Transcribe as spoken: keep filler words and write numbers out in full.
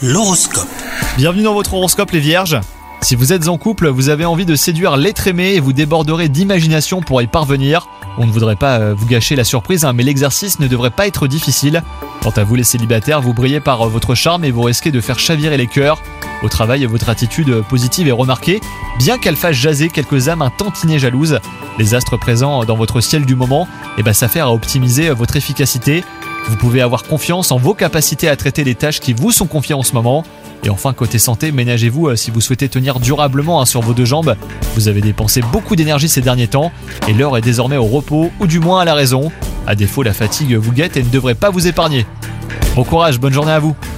L'horoscope. Bienvenue dans votre horoscope les vierges. Si vous êtes en couple, vous avez envie de séduire l'être aimé et vous déborderez d'imagination pour y parvenir. On ne voudrait pas vous gâcher la surprise, hein, mais l'exercice ne devrait pas être difficile. Quant à vous les célibataires, vous brillez par votre charme et vous risquez de faire chavirer les cœurs. Au travail, votre attitude positive est remarquée, bien qu'elle fasse jaser quelques âmes un tantinet jalouses. Les astres présents dans votre ciel du moment, eh ben, s'affairent à optimiser votre efficacité. Vous pouvez avoir confiance en vos capacités à traiter les tâches qui vous sont confiées en ce moment. Et enfin, côté santé, ménagez-vous si vous souhaitez tenir durablement hein, sur vos deux jambes. Vous avez dépensé beaucoup d'énergie ces derniers temps et l'heure est désormais au repos ou du moins à la raison. À défaut, la fatigue vous guette et ne devrait pas vous épargner. Bon courage, bonne journée à vous.